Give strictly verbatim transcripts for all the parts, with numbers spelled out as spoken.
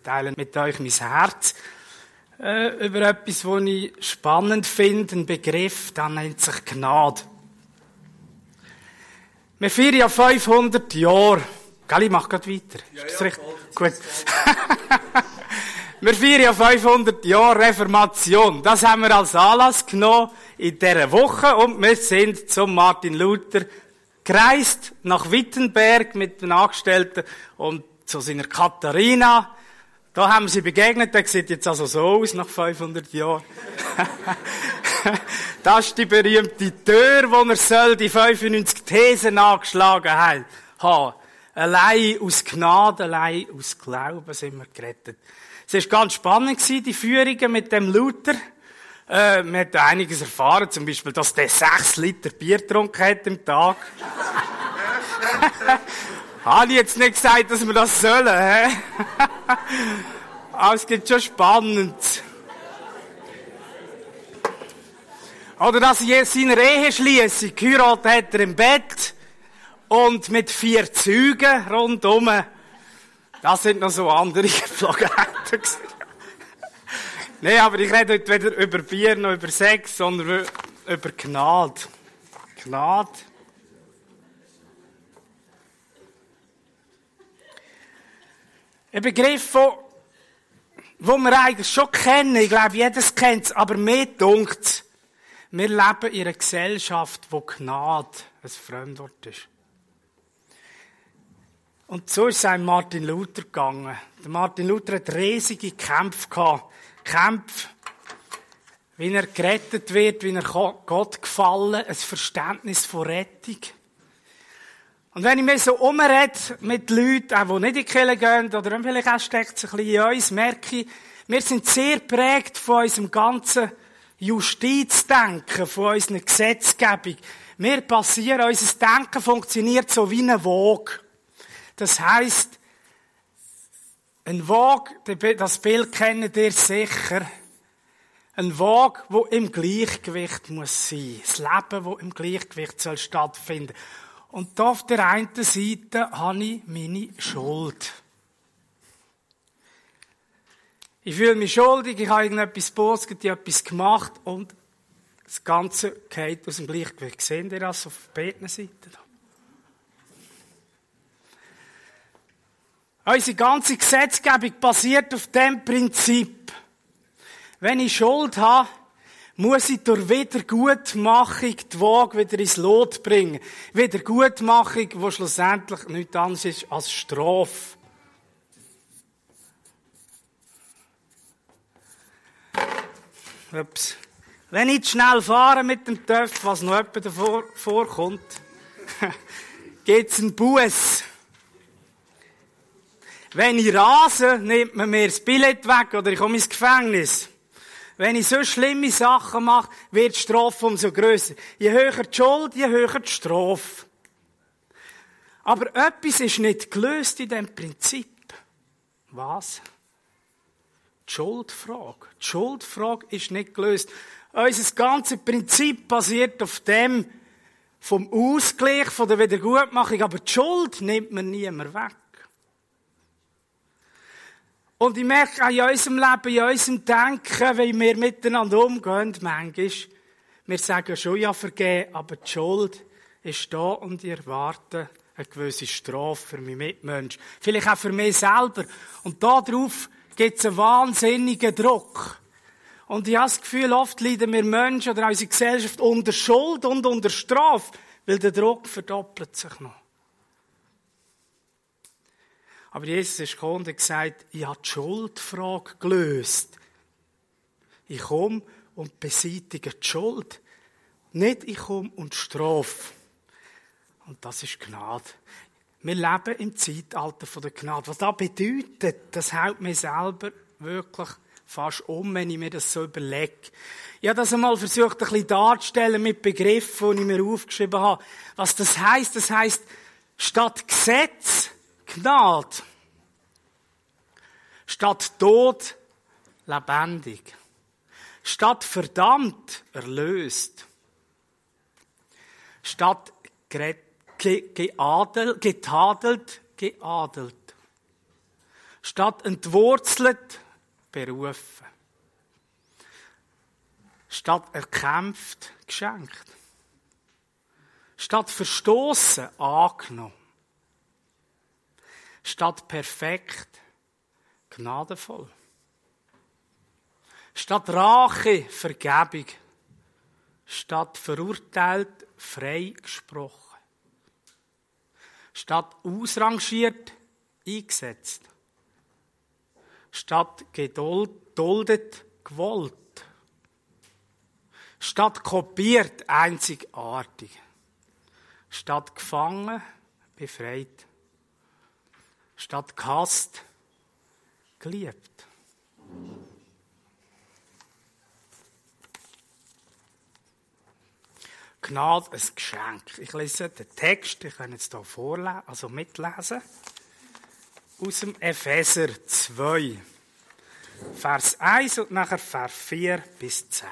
teile mit euch mein Herz äh, über etwas, was ich spannend finde, ein Begriff, der nennt sich Gnade. Wir feiern ja fünfhundert Jahre. Gell, ich mach grad weiter. Ja, Ist das ja, richtig? voll, Gut. Wir feiern ja fünfhundert Jahre Reformation. Das haben wir als Anlass genommen in dieser Woche und wir sind zum Martin Luther gereist nach Wittenberg mit den Angestellten und zu seiner Katharina. Da haben wir sie begegnet, der sieht jetzt also so aus nach fünfhundert Jahren. Das ist die berühmte Tür, wo er soll die fünfundneunzig Thesen angeschlagen haben. Allein aus Gnade, allein aus Glauben sind wir gerettet. Es war ganz spannend, die Führungen mit dem Luther. Äh, wir haben einiges erfahren, zum Beispiel, dass der sechs Liter Bier getrunken hat im Tag. Habe ich jetzt nicht gesagt, dass wir das sollen, hä? Aber es gibt schon spannend. Oder dass er seine Eheschliessung geheiratet hat er im Bett und mit vier Zeugen rundum. Das sind noch so andere Geflogenheiten. Nein, aber ich rede heute weder über Bier noch über Sex, sondern über Gnade. Gnade. Ein Begriff, den wir eigentlich schon kennen. Ich glaube, jedes kennt es, aber mir dunkt es. Wir leben in einer Gesellschaft, wo Gnade ein Fremdwort ist. Und so ist es einem Martin Luther gegangen. Der Martin Luther hat riesige Kämpfe gehabt. Kämpfe, wie er gerettet wird, wie er Gott gefallen, ein Verständnis von Rettung. Und wenn ich mir so umrede mit Leuten, auch die nicht in die Kirche gehen, oder vielleicht auch steckt es ein bisschen in uns, merke ich, wir sind sehr geprägt von unserem ganzen Justizdenken, von unserer Gesetzgebung. Wir passieren, unser Denken funktioniert so wie eine Waage. Das heisst, ein Waage, das Bild kennt ihr sicher, ein Waage, wo im Gleichgewicht muss sein. Das Leben, wo im Gleichgewicht soll stattfinden. Und da auf der einen Seite habe ich meine Schuld. Ich fühle mich schuldig, ich habe irgendetwas böse, ich habe etwas gemacht und das Ganze geht aus dem Gleichgewicht. Seht ihr das auf beiden Seiten? Unsere ganze Gesetzgebung basiert auf dem Prinzip. Wenn ich Schuld habe, muss ich durch Wiedergutmachung die Waage wieder ins Lot bringen. Wiedergutmachung, die schlussendlich nichts anderes ist als Strafe. Ups. Wenn ich zu schnell fahre mit dem Töff, was noch jemand davor vorkommt, gibt's einen Buß. Wenn ich rase, nimmt man mir das Billett weg oder ich komme ins Gefängnis. Wenn ich so schlimme Sachen mache, wird die Strafe umso grösser. Je höher die Schuld, je höher die Strafe. Aber etwas ist nicht gelöst in diesem Prinzip. Was? Die Schuldfrage. Die Schuldfrage ist nicht gelöst. Unser ganzes Prinzip basiert auf dem, vom Ausgleich, von der Wiedergutmachung. Aber die Schuld nimmt man niemand weg. Und ich merke auch in unserem Leben, in unserem Denken, wie wir miteinander umgehen, manchmal, wir sagen schon, ja, vergeben, aber die Schuld ist da und ich erwarte eine gewisse Strafe für meinen Mitmenschen. Vielleicht auch für mich selber. Und darauf gibt es einen wahnsinnigen Druck. Und ich habe das Gefühl, oft leiden wir Menschen oder unsere Gesellschaft unter Schuld und unter Strafe, weil der Druck verdoppelt sich noch. Aber Jesus ist gekommen und hat gesagt, ich habe die Schuldfrage gelöst. Ich komme und beseitige die Schuld. Nicht ich komme und strafe. Und das ist Gnade. Wir leben im Zeitalter der Gnade. Was das bedeutet, das hält mir selber wirklich fast um, wenn ich mir das so überlege. Ich habe das einmal versucht, ein bisschen darzustellen mit Begriffen, die ich mir aufgeschrieben habe. Was das heisst, das heisst, statt Gesetz, Gnade. Statt Tod, lebendig. Statt verdammt, erlöst. Statt geadelt, getadelt, geadelt. Statt entwurzelt, berufen. Statt erkämpft, geschenkt. Statt verstoßen, angenommen. Statt perfekt, gnadenvoll. Statt Rache, Vergebung. Statt verurteilt, freigesprochen. Statt ausrangiert, eingesetzt. Statt geduldet, gewollt. Statt kopiert, einzigartig. Statt gefangen, befreit. Statt gehasst, geliebt. Gnade, ein Geschenk. Ich lese den Text, ich kann jetzt hier vorlesen, also mitlesen. Aus dem Epheser zwei, Vers eins und nachher Vers vier bis zehn.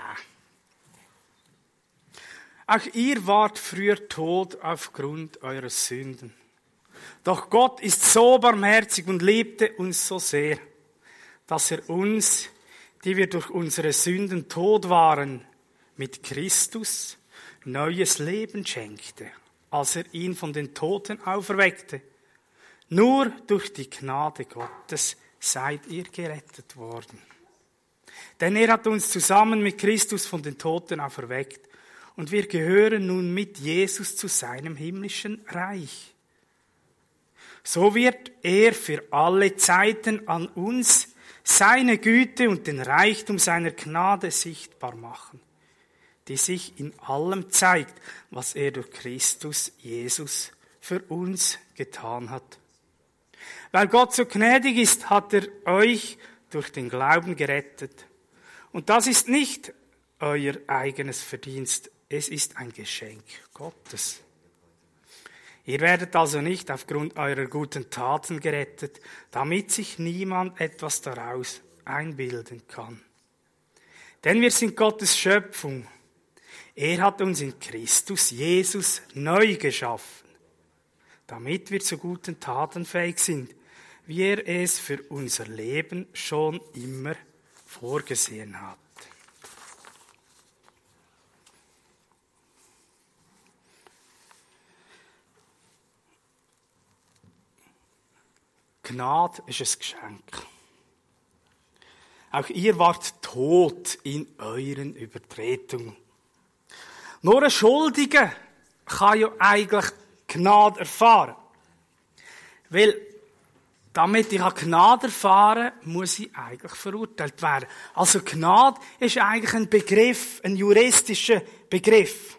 Auch ihr wart früher tot aufgrund eurer Sünden. Doch Gott ist so barmherzig und liebte uns so sehr, dass er uns, die wir durch unsere Sünden tot waren, mit Christus neues Leben schenkte, als er ihn von den Toten auferweckte. Nur durch die Gnade Gottes seid ihr gerettet worden. Denn er hat uns zusammen mit Christus von den Toten auferweckt und wir gehören nun mit Jesus zu seinem himmlischen Reich. So wird er für alle Zeiten an uns seine Güte und den Reichtum seiner Gnade sichtbar machen, die sich in allem zeigt, was er durch Christus Jesus für uns getan hat. Weil Gott so gnädig ist, hat er euch durch den Glauben gerettet. Und das ist nicht euer eigenes Verdienst, es ist ein Geschenk Gottes. Ihr werdet also nicht aufgrund eurer guten Taten gerettet, damit sich niemand etwas daraus einbilden kann. Denn wir sind Gottes Schöpfung. Er hat uns in Christus Jesus neu geschaffen, damit wir zu guten Taten fähig sind, wie er es für unser Leben schon immer vorgesehen hat. Gnade ist ein Geschenk. Auch ihr wart tot in euren Übertretungen. Nur ein Schuldiger kann ja eigentlich Gnade erfahren. Weil, damit ich Gnade erfahren kann, muss ich eigentlich verurteilt werden. Also Gnade ist eigentlich ein Begriff, ein juristischer Begriff.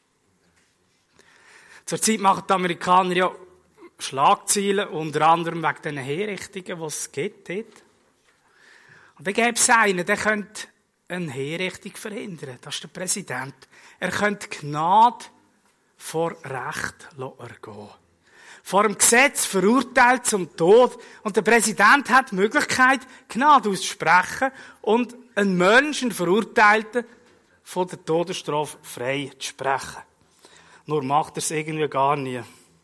Zurzeit machen die Amerikaner ja Schlagzeilen, unter anderem wegen diesen Herrichtungen, die es gibt dort. Und dann gäbe es einen, der könnte eine Herrichtung verhindern. Das ist der Präsident. Er könnte Gnade vor Recht ergehen. Vor dem Gesetz verurteilt zum Tod. Und der Präsident hat die Möglichkeit, Gnade auszusprechen und einen Menschen, Verurteilten, von der Todesstrafe frei zu sprechen. Nur macht er es irgendwie gar nie.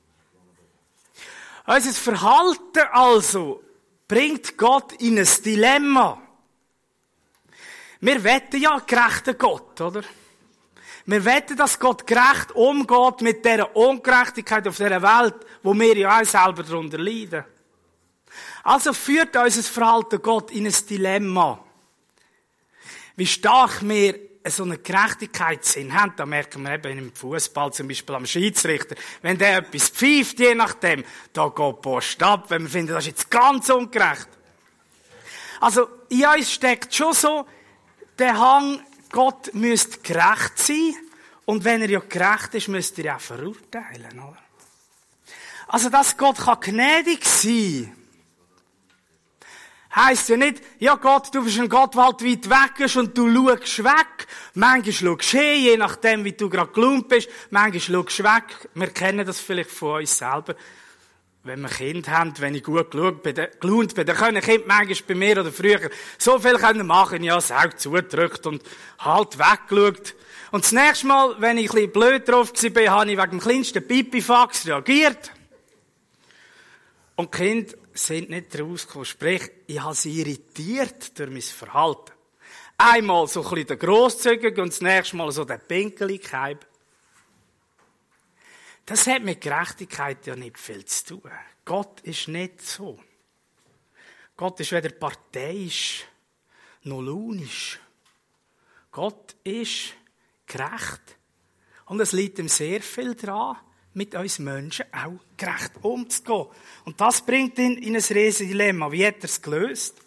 Unser Verhalten also bringt Gott in ein Dilemma. Wir wetten ja einen gerechten Gott, oder? Wir wetten, dass Gott gerecht umgeht mit dieser Ungerechtigkeit auf dieser Welt, wo wir ja auch selber darunter leiden. Also führt unser Verhalten Gott in ein Dilemma. Wie stark wir so eine Gerechtigkeitssinn haben, da merken wir eben im Fußball, zum Beispiel am Schiedsrichter. Wenn der etwas pfeift, je nachdem, da geht Post ab, wenn wir finden, das ist jetzt ganz ungerecht. Also, in uns steckt schon so der Hang, Gott müsste gerecht sein, und wenn er ja gerecht ist, müsste er auch verurteilen, oder? Also, dass Gott gnädig sein kann, heisst ja nicht, ja Gott, du bist ein Gott, der halt weit weg ist und du schaust weg. Manchmal schaust du hin, je nachdem, wie du gerade gelaunt bist. Manchmal schaust du weg. Wir kennen das vielleicht von uns selber. Wenn wir Kinder haben, wenn ich gut gelaunt bin, dann können Kinder manchmal bei mir oder früher so viel können machen, ja, das Auge zugedrückt und halt weggeschaut. Und das nächste Mal, wenn ich ein bisschen blöd drauf war, habe ich wegen dem kleinsten Pipifax reagiert. Und die Kinder sind nicht rausgekommen. Sprich, ich habe sie irritiert durch mein Verhalten. Einmal so ein bisschen der Grosszügige und das nächste Mal so der Pinkeligkeit. Das hat mit Gerechtigkeit ja nicht viel zu tun. Gott ist nicht so. Gott ist weder parteiisch noch launisch. Gott ist gerecht. Und es liegt ihm sehr viel daran, mit uns Menschen auch gerecht umzugehen. Und das bringt ihn in ein riesiges Dilemma. Wie hat er es gelöst?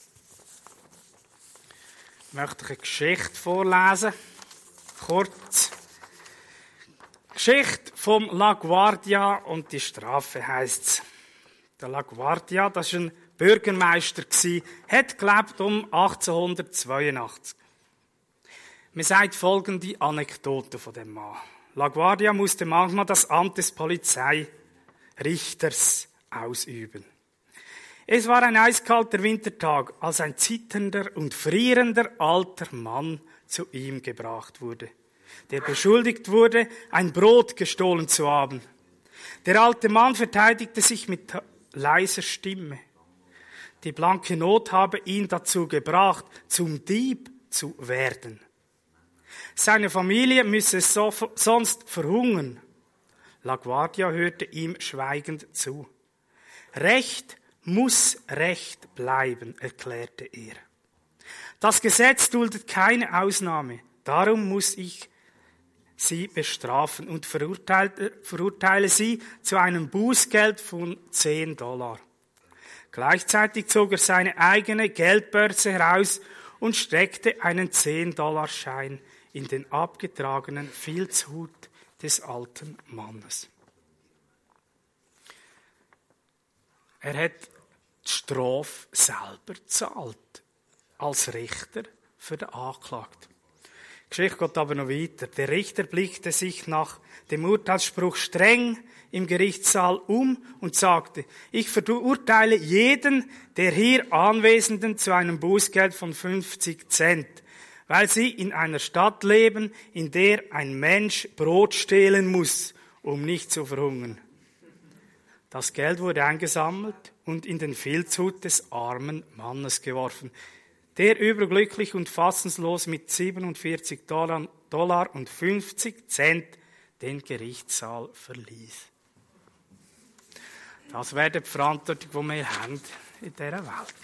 Ich möchte eine Geschichte vorlesen. Kurz. Geschichte vom LaGuardia und die Strafe heisst es. Der LaGuardia, das war ein Bürgermeister, hat gelebt um achtzehnhundertzweiundachtzig. Man sagt folgende Anekdote von dem Mann. LaGuardia musste manchmal das Amt des Polizeirichters ausüben. Es war ein eiskalter Wintertag, als ein zitternder und frierender alter Mann zu ihm gebracht wurde, der beschuldigt wurde, ein Brot gestohlen zu haben. Der alte Mann verteidigte sich mit leiser Stimme. Die blanke Not habe ihn dazu gebracht, zum Dieb zu werden. Seine Familie müsse so, sonst verhungern. LaGuardia hörte ihm schweigend zu. Recht muss Recht bleiben, erklärte er. Das Gesetz duldet keine Ausnahme. Darum muss ich sie bestrafen und verurteile, verurteile sie zu einem Bußgeld von zehn Dollar. Gleichzeitig zog er seine eigene Geldbörse heraus und steckte einen zehn-Dollar-Schein in den abgetragenen Filzhut des alten Mannes. Er hat die Strafe selber gezahlt, als Richter für den Anklagten. Die Geschichte geht aber noch weiter. Der Richter blickte sich nach dem Urteilsspruch streng im Gerichtssaal um und sagte, ich verurteile jeden der hier Anwesenden zu einem Bußgeld von fünfzig Cent, weil sie in einer Stadt leben, in der ein Mensch Brot stehlen muss, um nicht zu verhungern. Das Geld wurde eingesammelt und in den Filzhut des armen Mannes geworfen, der überglücklich und fassungslos mit siebenundvierzig Dollar und fünfzig Cent den Gerichtssaal verließ. Das wäre die Verantwortung, die wir haben in dieser Welt.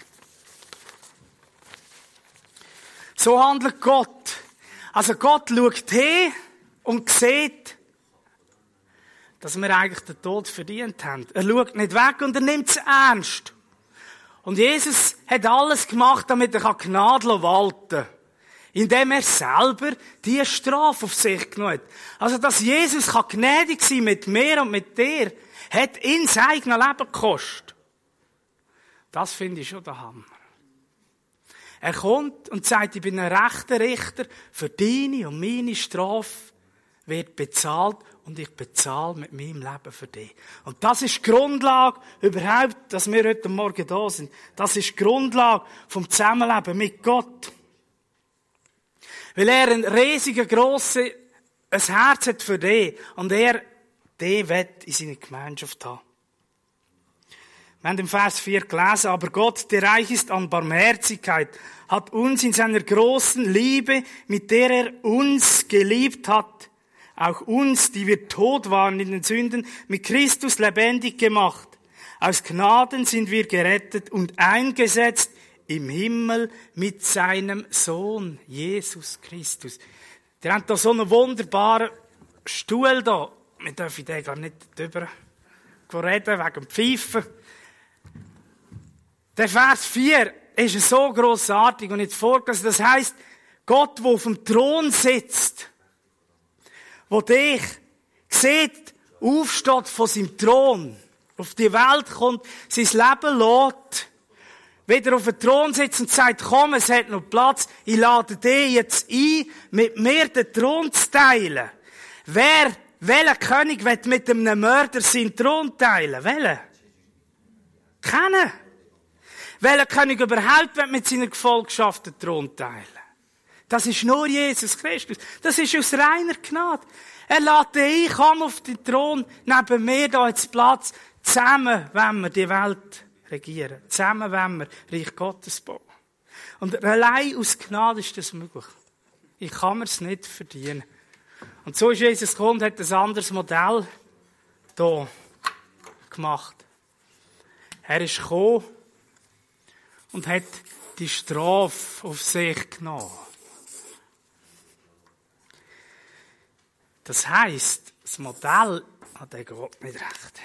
So handelt Gott. Also Gott schaut hin und sieht, dass wir eigentlich den Tod verdient haben. Er schaut nicht weg und er nimmt es ernst. Und Jesus hat alles gemacht, damit er Gnade walten kann. Indem er selber die Strafe auf sich genommen hat. Also, dass Jesus gnädig sein kann mit mir und mit dir, hat ihn sein eigenes Leben gekostet. Das finde ich schon der Hammer. Er kommt und sagt, ich bin ein rechter Richter, für deine und meine Strafe wird bezahlt und ich bezahle mit meinem Leben für dich. Und das ist die Grundlage überhaupt, dass wir heute Morgen da sind. Das ist die Grundlage vom Zusammenleben mit Gott. Weil er ein riesiger, grosser, ein Herz hat für dich und er den will in seiner Gemeinschaft haben. Wir haben im Vers vier gelesen, aber Gott, der reich ist an Barmherzigkeit, hat uns in seiner großen Liebe, mit der er uns geliebt hat, auch uns, die wir tot waren in den Sünden, mit Christus lebendig gemacht. Aus Gnaden sind wir gerettet und eingesetzt im Himmel mit seinem Sohn, Jesus Christus. Der hat da so einen wunderbaren Stuhl da. Wir dürfen den gar nicht drüber reden, wegen dem Pfeifen. Der Vers vier ist so grossartig und jetzt vorgelesen. Das heisst, Gott, der auf dem Thron sitzt, wo dich sieht, aufsteht von seinem Thron, auf die Welt kommt, sein Leben lässt, wieder auf dem Thron sitzt und sagt, komm, es hat noch Platz, ich lade dich jetzt ein, mit mir den Thron zu teilen. Wer, welcher König will mit einem Mörder seinen Thron teilen? Welcher? Keiner. Welcher König überhaupt will mit seiner Gefolgschaft den Thron teilen? Das ist nur Jesus Christus. Das ist aus reiner Gnade. Er lädt dich ein, komm auf den Thron, neben mir da jetzt Platz, zusammen, wenn wir die Welt regieren. Zusammen wollen wir Reich Gottes bauen. Und allein aus Gnade ist das möglich. Ich kann mir es nicht verdienen. Und so ist Jesus gekommen und hat ein anderes Modell hier gemacht. Er ist gekommen und hat die Strafe auf sich genommen. Das heisst, das Modell, ah, der geht nicht recht.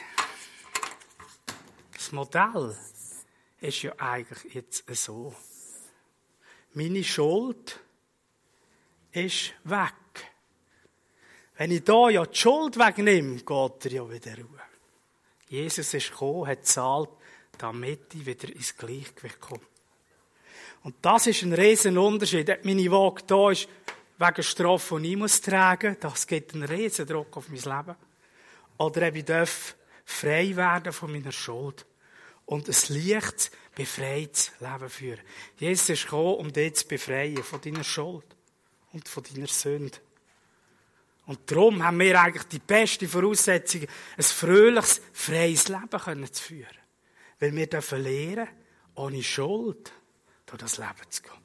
Das Modell ist ja eigentlich jetzt so. Meine Schuld ist weg. Wenn ich hier ja die Schuld wegnehme, geht er ja wieder ruhig. Jesus ist gekommen, hat gezahlt, damit ich wieder ins Gleichgewicht komme. Und das ist ein riesen Unterschied. Ob meine Waage da ist, wegen Strafe, die ich muss tragen, das gibt einen riesen Druck auf mein Leben. Oder ob ich darf frei werden von meiner Schuld. Und ein leichtes, befreites Leben führen. Jesus ist gekommen, um dich zu befreien von deiner Schuld und von deiner Sünde. Und darum haben wir eigentlich die beste Voraussetzung, ein fröhliches, freies Leben zu führen. Weil wir dürfen lernen, ohne Schuld durch das Leben zu gehen.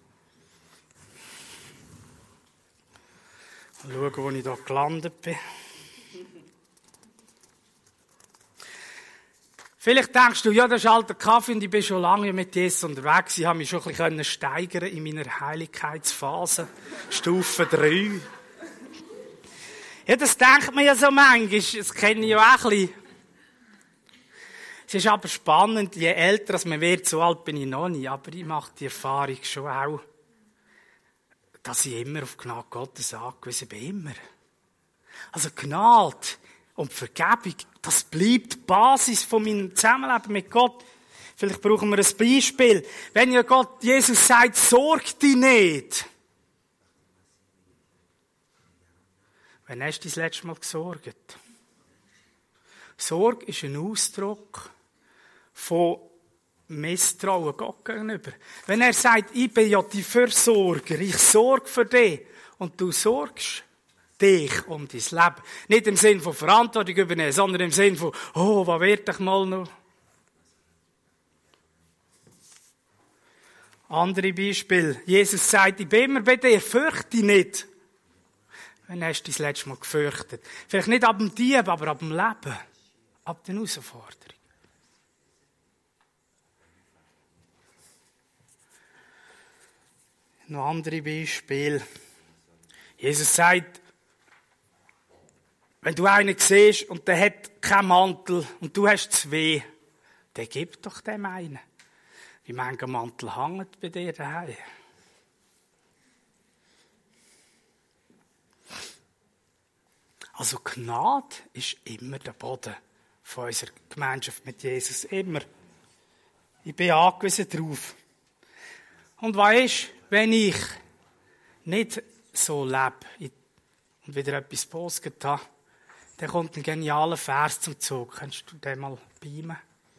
Mal schauen, wo ich hier gelandet bin. Vielleicht denkst du, ja, das ist alter Kaffee und ich bin schon lange mit Jesus unterwegs. Ich habe mich schon ein bisschen steigern in meiner Heiligkeitsphase. Stufe drei. Ja, das denkt man ja so manchmal. Das kenne ich ja auch ein bisschen. Es ist aber spannend, je älter man wird, so alt bin ich noch nicht, aber ich mache die Erfahrung schon auch, dass ich immer auf Gnade Gottes angewiesen bin. Immer. Also Gnade und Vergebung, das bleibt die Basis von meinem Zusammenleben mit Gott. Vielleicht brauchen wir ein Beispiel. Wenn ja Gott, Jesus sagt, sorg dich nicht. Wann hast du das letzte Mal gesorgt? Sorge ist ein Ausdruck von Misstrauen Gott gegenüber. Wenn er sagt, ich bin ja die Versorger, ich sorge für dich und du sorgst dich um dein Leben. Nicht im Sinn von Verantwortung übernehmen, sondern im Sinn von, oh, was wird ich mal noch? Andere Beispiel. Jesus sagt, ich bin immer bei dir, fürchte dich nicht. Wann hast du das letzte Mal gefürchtet? Vielleicht nicht ab dem Dieb, aber ab dem Leben. Ab der Herausforderung. Noch andere Beispiele. Jesus sagt, wenn du einen siehst und der hat keinen Mantel und du hast zwei, dann gib doch dem einen. Wie mancher Mantel hängt bei dir daheim? Also Gnade ist immer der Boden von unserer Gemeinschaft mit Jesus. Immer. Ich bin angewiesen darauf. Und was ist, wenn ich nicht so lebe und wieder etwas postet habe, dann kommt ein genialer Vers zum Zug. Kannst du den mal beamen?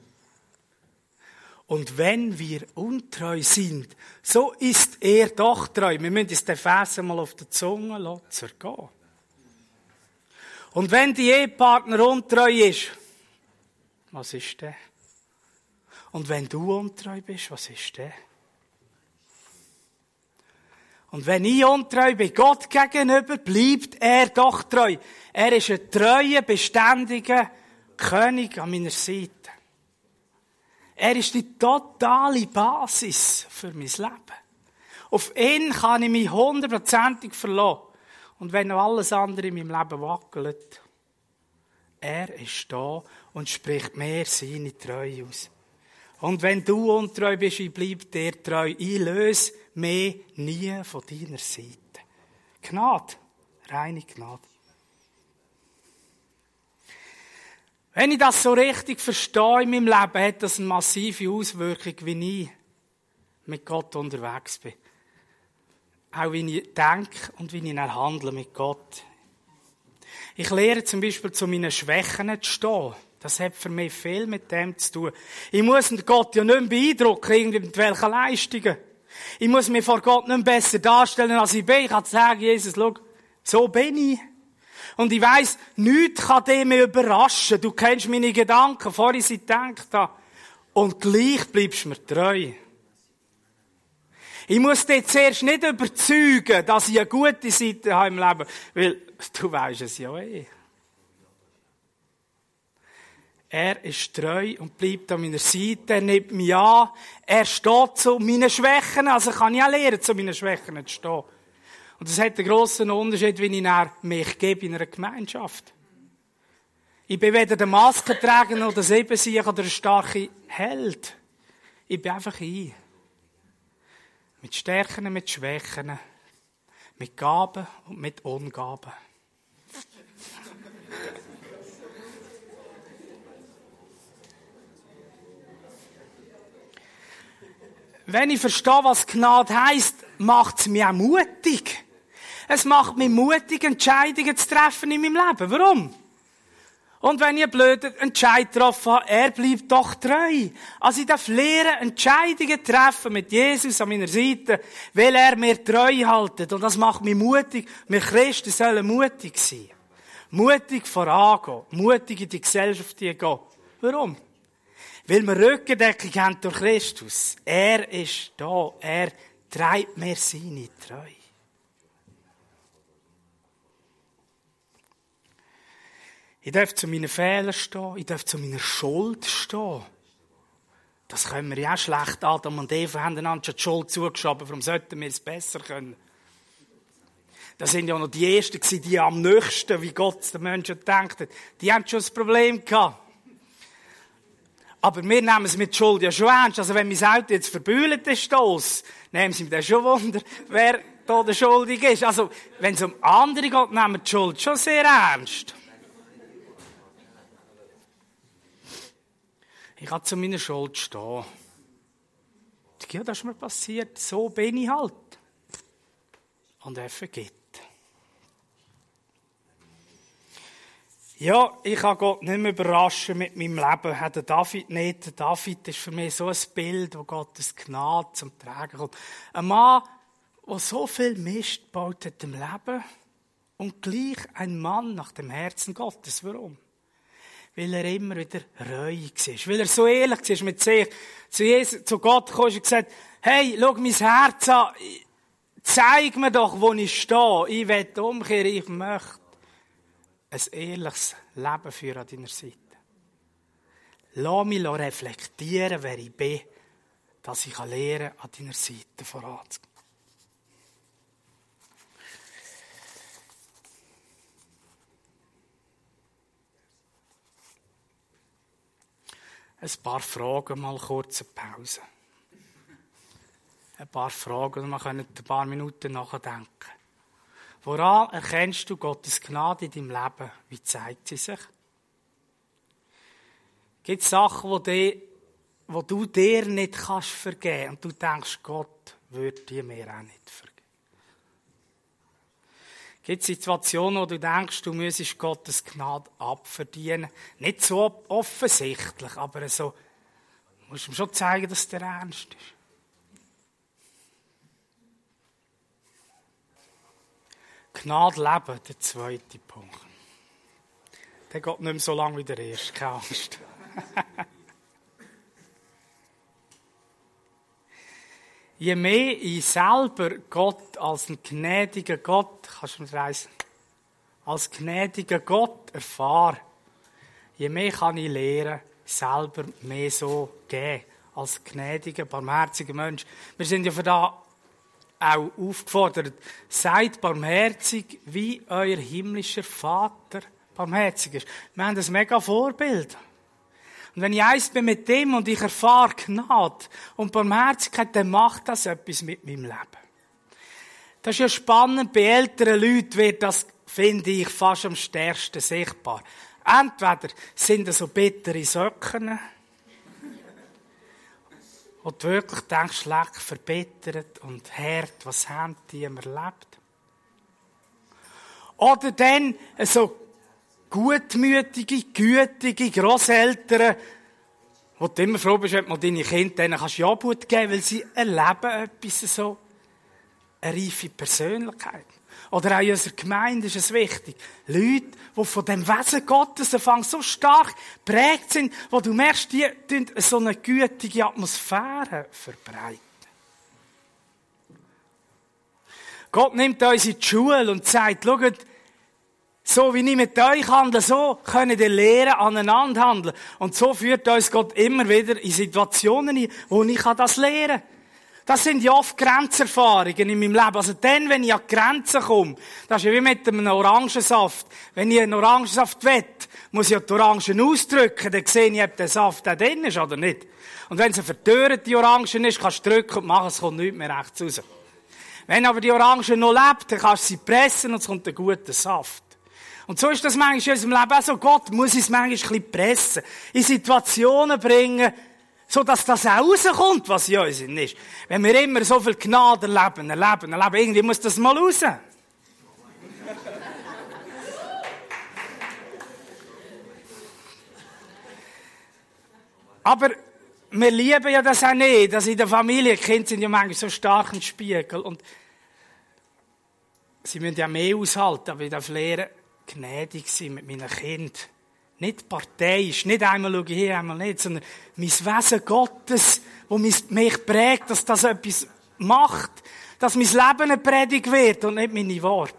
Und wenn wir untreu sind, so ist er doch treu. Wir müssen uns den Vers mal auf der Zunge lassen, zergehen. Und wenn die Ehepartner untreu ist, was ist der? Und wenn du untreu bist, was ist der? Und wenn ich untreu bin, Gott gegenüber, bleibt er doch treu. Er ist ein treuer, beständiger König an meiner Seite. Er ist die totale Basis für mein Leben. Auf ihn kann ich mich hundertprozentig verlassen. Und wenn noch alles andere in meinem Leben wackelt, er ist da und spricht mir seine Treue aus. Und wenn du untreu bist, ich bleibe dir treu. Ich löse mich nie von deiner Seite. Gnade, reine Gnade. Wenn ich das so richtig verstehe in meinem Leben, hat das eine massive Auswirkung, wie ich mit Gott unterwegs bin. Auch wie ich denke und wie ich dann handle mit Gott. Ich lehre zum Beispiel, zu meinen Schwächen zu stehen. Das hat für mich viel mit dem zu tun. Ich muss Gott ja nicht mehr beeindrucken, irgendwie mit welchen Leistungen. Ich muss mich vor Gott nicht besser darstellen, als ich bin. Ich kann sagen, Jesus, schau, so bin ich. Und ich weiss, nichts kann dich mehr überraschen. Du kennst meine Gedanken, bevor ich sie gedacht habe. Und gleich bleibst du mir treu. Ich muss dich zuerst nicht überzeugen, dass ich eine gute Seite habe im Leben, weil du weisst es ja eh. Er ist treu und bleibt an meiner Seite, er nimmt mich an, er steht zu meinen Schwächen, also kann ich auch lernen, zu meinen Schwächen zu stehen. Und das hat einen grossen Unterschied, wenn ich nach mich gebe in einer Gemeinschaft. Ich bin weder der Maskenträger noch der Siebensieg oder der starke Held. Ich bin einfach ich. Mit Stärken, mit Schwächen, mit Gaben und mit Ungaben. Wenn ich verstehe, was Gnade heisst, macht es mich auch mutig. Es macht mich mutig, Entscheidungen zu treffen in meinem Leben. Warum? Und wenn ich einen blöden Entscheid getroffen habe, er bleibt doch treu. Also ich darf lernen, Entscheidungen treffen mit Jesus an meiner Seite, weil er mir treu hält. Und das macht mich mutig. Wir Christen sollen mutig sein. Mutig vorangehen. Mutig in die Gesellschaft gehen. Warum? Weil wir Rückendeckung haben durch Christus. Er ist da. Er treibt mir seine Treue. Ich darf zu meinen Fehlern stehen. Ich darf zu meiner Schuld stehen. Das können wir ja auch schlecht. Adam und Eva haben einander schon die Schuld zugeschoben. Warum sollten wir es besser können? Das sind ja noch die Ersten, die am nächsten, wie Gott den Menschen denkt. Die haben schon das Problem gehabt. Aber wir nehmen es mit Schuld ja schon ernst. Also wenn mein Auto jetzt verbühlt ist, nehmen sie mir dann schon Wunder, wer da der Schuldige ist. Also wenn es um andere geht, nehmen wir die Schuld schon sehr ernst. Ich kann zu meiner Schuld stehen. Ja, das ist mir passiert. So bin ich halt. Und er vergibt. Ja, ich kann Gott nicht mehr überraschen mit meinem Leben. Hat der David nicht. Der David ist für mich so ein Bild, wo Gottes Gnade zum Tragen kommt. Ein Mann, der so viel Mist gebaut hat im Leben und gleich ein Mann nach dem Herzen Gottes. Warum? Weil er immer wieder reuig war. Weil er so ehrlich war mit sich. Zu, Jesus, zu Gott kam und gesagt, hey, schau mein Herz an. Zeig mir doch, wo ich stehe. Ich will umkehren. Ich möchte ein ehrliches Leben führen an deiner Seite. Lass mich reflektieren, wer ich bin, dass ich lernen kann, an deiner Seite voranzugehen. Ein paar Fragen, mal kurz eine Pause. Ein paar Fragen und wir können ein paar Minuten nachdenken. Woran erkennst du Gottes Gnade in deinem Leben? Wie zeigt sie sich? Gibt es Sachen, die, die, die du dir nicht kannst vergeben und du denkst, Gott würde die mir auch nicht vergeben? Gibt es Situationen, wo du denkst, du müsstest Gottes Gnade abverdienen? Nicht so offensichtlich, aber so, du musst ihm schon zeigen, dass der ernst ist. Gnade leben, der zweite Punkt. Der geht nicht mehr so lange wie der erste, keine Angst. Je mehr ich selber Gott als einen gnädigen Gott, kannst du mir reisen, als gnädigen Gott erfahre, je mehr kann ich lernen, selber mehr so geben, als gnädiger, barmherziger Mensch. Wir sind ja für da auch aufgefordert, seid barmherzig, wie euer himmlischer Vater barmherzig ist. Wir haben ein mega Vorbild. Und wenn ich eins bin mit dem und ich erfahre Gnade und Barmherzigkeit, dann macht das etwas mit meinem Leben. Das ist ja spannend. Bei älteren Leuten wird das, finde ich, fast am stärksten sichtbar. Entweder sind es so bittere Söcken, wo du wirklich denkst, leck, verbittert und hart, was haben die immer erlebt? Oder dann so gutmütige, gütige Grosseltern, wo du immer froh bist, wenn du mal deine Kinder denen kannst Jabut geben, weil sie erleben etwas so, eine reife Persönlichkeit. Oder auch in unserer Gemeinde ist es wichtig. Leute, die von dem Wesen Gottes anfangen so stark geprägt sind, wo du merkst, die tun so eine gütige Atmosphäre verbreiten. Gott nimmt uns in die Schule und sagt, schaut, so wie ich mit euch handle, so könnt ihr lernen, aneinander handeln. Und so führt uns Gott immer wieder in Situationen ein, wo ich das lernen kann. Das sind ja oft Grenzerfahrungen in meinem Leben. Also dann, wenn ich an die Grenzen komme, das ist ja wie mit einem Orangensaft. Wenn ich einen Orangensaft will, muss ich ja die Orangen ausdrücken, dann sehe ich, ob der Saft da drin ist oder nicht. Und wenn es eine verdörrte Orange ist, kannst du drücken und machen, es kommt nichts mehr rechts raus. Wenn aber die Orange noch lebt, dann kannst du sie pressen und es kommt ein guter Saft. Und so ist das manchmal in unserem Leben auch so. Gott muss uns manchmal ein bisschen pressen, in Situationen bringen, so dass das auch rauskommt, was in uns ist. Wenn wir immer so viel Gnade erleben, erleben, erleben, irgendwie muss das mal raus. Aber wir lieben ja das auch nicht, dass in der Familie, die Kinder sind ja manchmal so stark ein Spiegel und sie müssen ja mehr aushalten, aber ich darf lernen, gnädig sein mit meinen Kindern. Nicht parteiisch, nicht einmal schaue ich hier, einmal nicht, sondern mein Wesen Gottes, das mich prägt, dass das etwas macht, dass mein Leben eine Predigt wird und nicht meine Worte.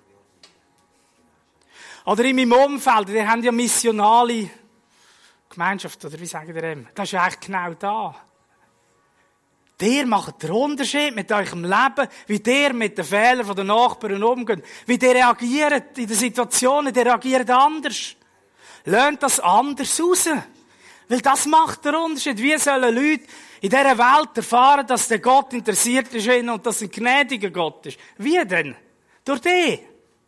Oder in meinem Umfeld, wir haben ja missionale Gemeinschaft, oder wie sagen wir dem? Das ist ja eigentlich genau da. Ihr macht den Unterschied mit eurem Leben, wie ihr mit den Fehlern der Nachbarn umgeht, wie ihr reagiert in den Situationen, ihr reagiert anders. Lernt das anders raus. Weil das macht den Unterschied. Wie sollen Leute in dieser Welt erfahren, dass der Gott interessiert ist und dass ein gnädiger Gott ist? Wie denn? Durch die.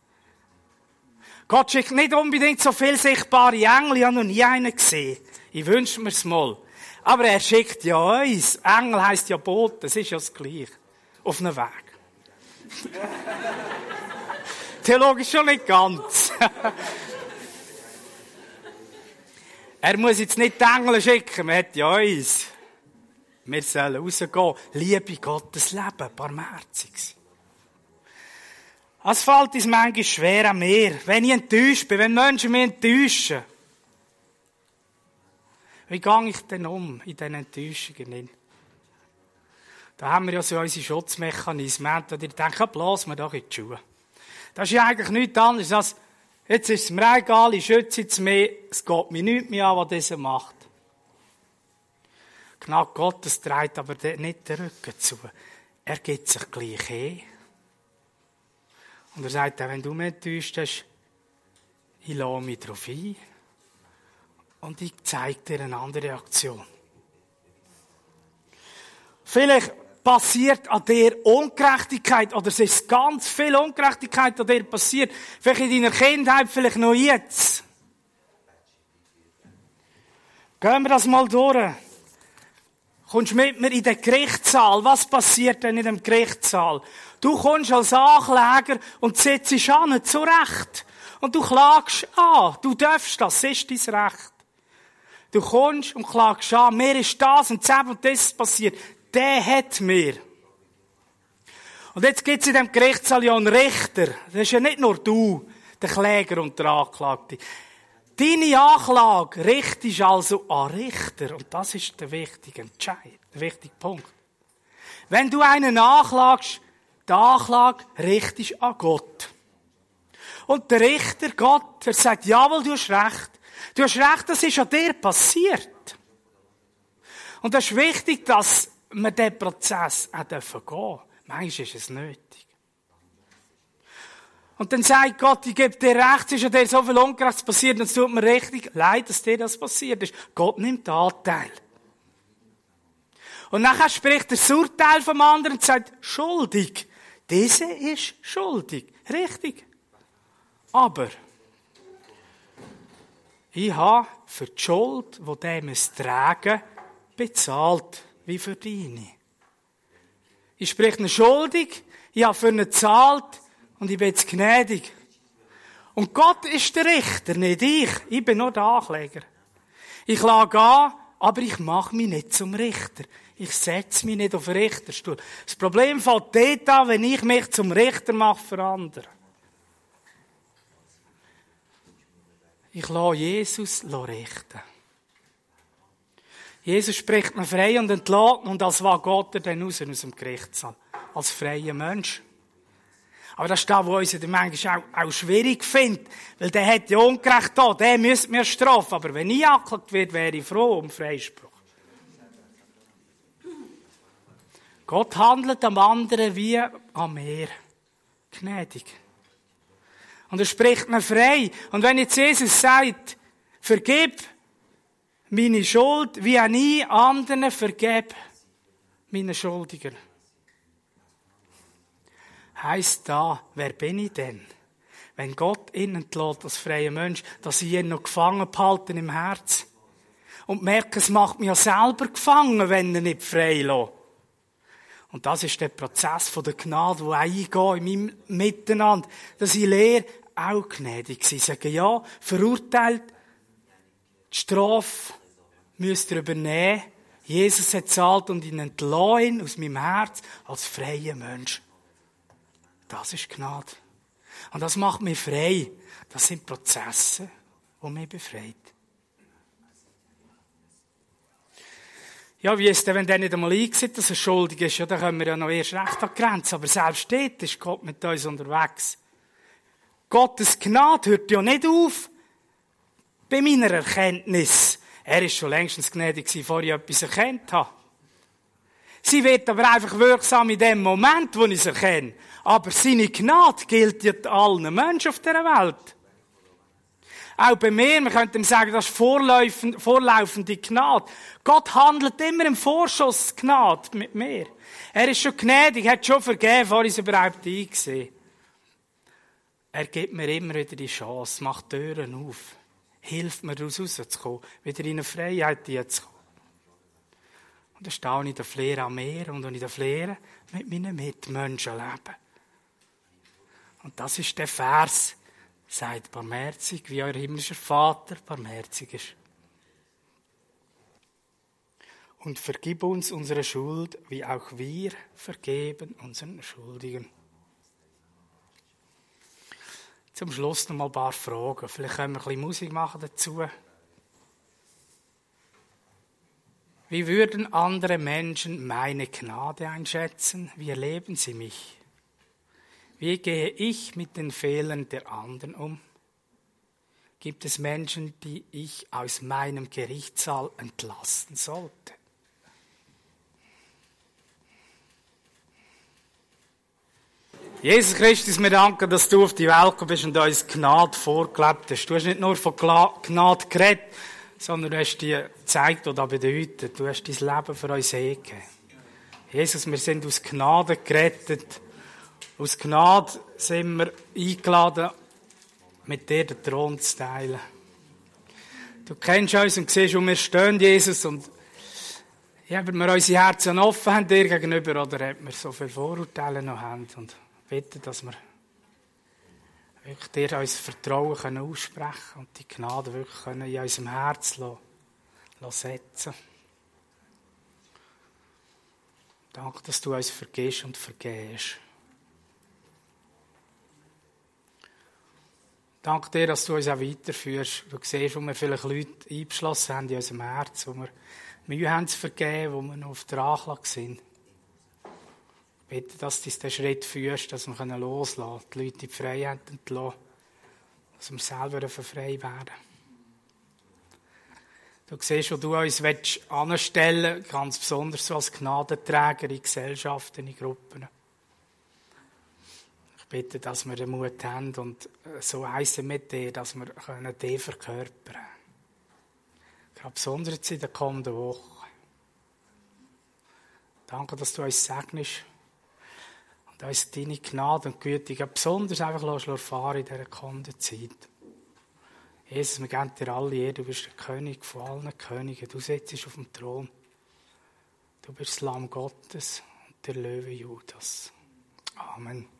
Gott schickt nicht unbedingt so viel sichtbare Engel. Ich habe noch nie einen gesehen. Ich wünsche mir's mal. Aber er schickt ja uns. Engel heisst ja Boten. Das ist ja das Gleiche. Auf einem Weg. Theologisch schon nicht ganz. Er muss jetzt nicht die Engel schicken. Man hat ja uns. Wir sollen rausgehen. Liebe Gottes Leben. Barmherzig sein. Es fällt uns manchmal schwer an mir. Wenn ich enttäuscht bin, wenn Menschen mich enttäuschen. Wie gehe ich denn um in diesen Enttäuschungen? Da haben wir ja so unsere Schutzmechanismen, wo ihr denkt, blasen wir doch in die Schuhe. Das ist ja eigentlich nichts anderes als, jetzt ist es mir egal, ich schütze jetzt mehr, es geht mir nichts mehr an, was dieser macht. Gnade Gottes trägt aber nicht den Rücken zu. Er gibt sich gleich hin. Und er sagt, wenn du mich enttäuscht hast, ich lasse mich darauf ein. Und ich zeige dir eine andere Aktion. Vielleicht passiert an dir Ungerechtigkeit, oder es ist ganz viel Ungerechtigkeit an dir passiert. Vielleicht in deiner Kindheit, vielleicht noch jetzt. Gehen wir das mal durch. Kommst mit mir in den Gerichtssaal. Was passiert denn in dem Gerichtssaal? Du kommst als Ankläger und sitzt an, zurecht. Und du klagst an. Du darfst das, das ist dein Recht. Du kommst und klagst an, mir ist das und das und das passiert. Der hat mir. Und jetzt gibt es in diesem Gerichtssaal ja einen Richter. Das ist ja nicht nur du, der Kläger und der Anklagte. Deine Anklage richtest also an Richter. Und das ist der wichtige Entscheid, der wichtige Punkt. Wenn du einen anklagst, die Anklage richtest an Gott. Und der Richter, Gott, er sagt, jawohl, du hast recht. Du hast recht, das ist an dir passiert. Und das ist wichtig, dass wir diesen Prozess auch gehen dürfen. Manchmal ist es nötig. Und dann sagt Gott, ich gebe dir recht, es ist an dir so viel Ungerechtes passiert, und es tut mir richtig leid, dass dir das passiert ist. Gott nimmt den Anteil. Und nachher spricht das Urteil vom anderen und sagt, schuldig. Dieser ist schuldig. Richtig. Aber ich habe für die Schuld, die der muss tragen, bezahlt, wie für deine. Ich spreche ihn schuldig, ich habe für ihn gezahlt und ich bin jetzt gnädig. Und Gott ist der Richter, nicht ich. Ich bin nur der Ankläger. Ich klage an aber ich mache mich nicht zum Richter. Ich setze mich nicht auf den Richterstuhl. Das Problem fällt dort an, wenn ich mich zum Richter mache für andere. Ich lasse Jesus richten. Jesus spricht mir frei und entlässt, und als war Gott er dann raus aus dem Gerichtssaal. Als freier Mensch. Aber das ist das, was uns manchmal auch, auch schwierig findet. Weil der hat ja Ungerecht da, der müsste mir strafen. Aber wenn ich angeklagt werde, wäre ich froh um Freispruch. Gott handelt am anderen wie am Meer. Gnädig. Und er spricht mir frei. Und wenn jetzt Jesus sagt, vergib meine Schuld, wie auch ich anderen vergebe, meine Schuldiger. Heisst da, wer bin ich denn? Wenn Gott ihn entlässt als freier Mensch, dass ich ihn noch gefangen behalten im Herz. Und merke, es macht mich ja selber gefangen, wenn er nicht frei lässt. Und das ist der Prozess von der Gnade, wo ich eingehe in meinem Miteinander, dass ich lehre, auch gnädig sein. Sagen, ja, verurteilt, die Strafe müsst ihr übernehmen. Jesus hat zahlt und ihn entlassen aus meinem Herz als freier Mensch. Das ist Gnade. Und das macht mich frei. Das sind Prozesse, die mich befreit. Ja, wie ist denn, wenn der nicht einmal einsieht, dass er schuldig ist? Ja, dann können wir ja noch erst recht an die Grenze. Aber selbst dort ist Gott mit uns unterwegs. Gottes Gnade hört ja nicht auf bei meiner Erkenntnis. Er ist schon längstens gnädig gewesen, bevor ich etwas erkannt habe. Sie wird aber einfach wirksam in dem Moment, wo ich es erkenne. Aber seine Gnade gilt ja allen Menschen auf dieser Welt. Auch bei mir, wir könnten sagen, das ist vorlaufende Gnade. Gott handelt immer im Vorschuss Gnade mit mir. Er ist schon gnädig, hat schon vergeben, bevor ich es überhaupt eingesehen. Er gibt mir immer wieder die Chance, macht Türen auf, hilft mir daraus rauszukommen, wieder in eine Freiheit zu kommen. Und dann stehe ich in der Fleere am Meer und in der Fleere mit meinen Mitmenschen leben. Und das ist der Vers, seid barmherzig, wie euer himmlischer Vater barmherzig ist. Und vergib uns unsere Schuld, wie auch wir vergeben unseren Schuldigen. Zum Schluss noch mal ein paar Fragen. Vielleicht können wir ein bisschen Musik machen dazu. Wie würden andere Menschen meine Gnade einschätzen? Wie erleben sie mich? Wie gehe ich mit den Fehlern der anderen um? Gibt es Menschen, die ich aus meinem Gerichtssaal entlassen sollte? Jesus Christus, wir danken, dass du auf die Welt gekommen bist und uns Gnade vorgelebt hast. Du hast nicht nur von Gnade geredet, sondern du hast dir gezeigt, was das bedeutet. Du hast dein Leben für uns hingegeben. Jesus, wir sind aus Gnade gerettet. Aus Gnade sind wir eingeladen, mit dir den Thron zu teilen. Du kennst uns und siehst, wo wir stehen, Jesus. Und ja, wenn wir unsere Herzen offen haben dir gegenüber, oder ob wir so viele Vorurteile noch haben. Und bitten, dass wir wirklich dir unser Vertrauen können aussprechen und die Gnade wirklich können in unserem Herz lassen, lassen setzen. Danke, dass du uns vergibst und vergehst. Danke dir, dass du uns auch weiterführst. Du siehst, wo wir vielleicht Leute eingeschlossen haben in unserem Herz, wo wir Mühe haben zu vergeben, wo wir noch auf der Anklage sind. Ich bitte, dass du diesen Schritt führst, dass wir loslassen können, die Leute in die Freiheit entlassen, dass wir selber frei werden. Du siehst, wo du uns anstellen willst, ganz besonders so als Gnadenträger in Gesellschaften, in Gruppen. Ich bitte, dass wir den Mut haben und so eins mit dir, dass wir den verkörpern können. Gerade besonders in der kommenden Woche. Danke, dass du uns segnest. Da ist deine Gnade und Güte besonders einfach erfahren in dieser kommenden Zeit. Jesus, wir geben dir alle Ehre. Du bist der König von allen Königen. Du sitzt auf dem Thron. Du bist das Lamm Gottes und der Löwe Judas. Amen.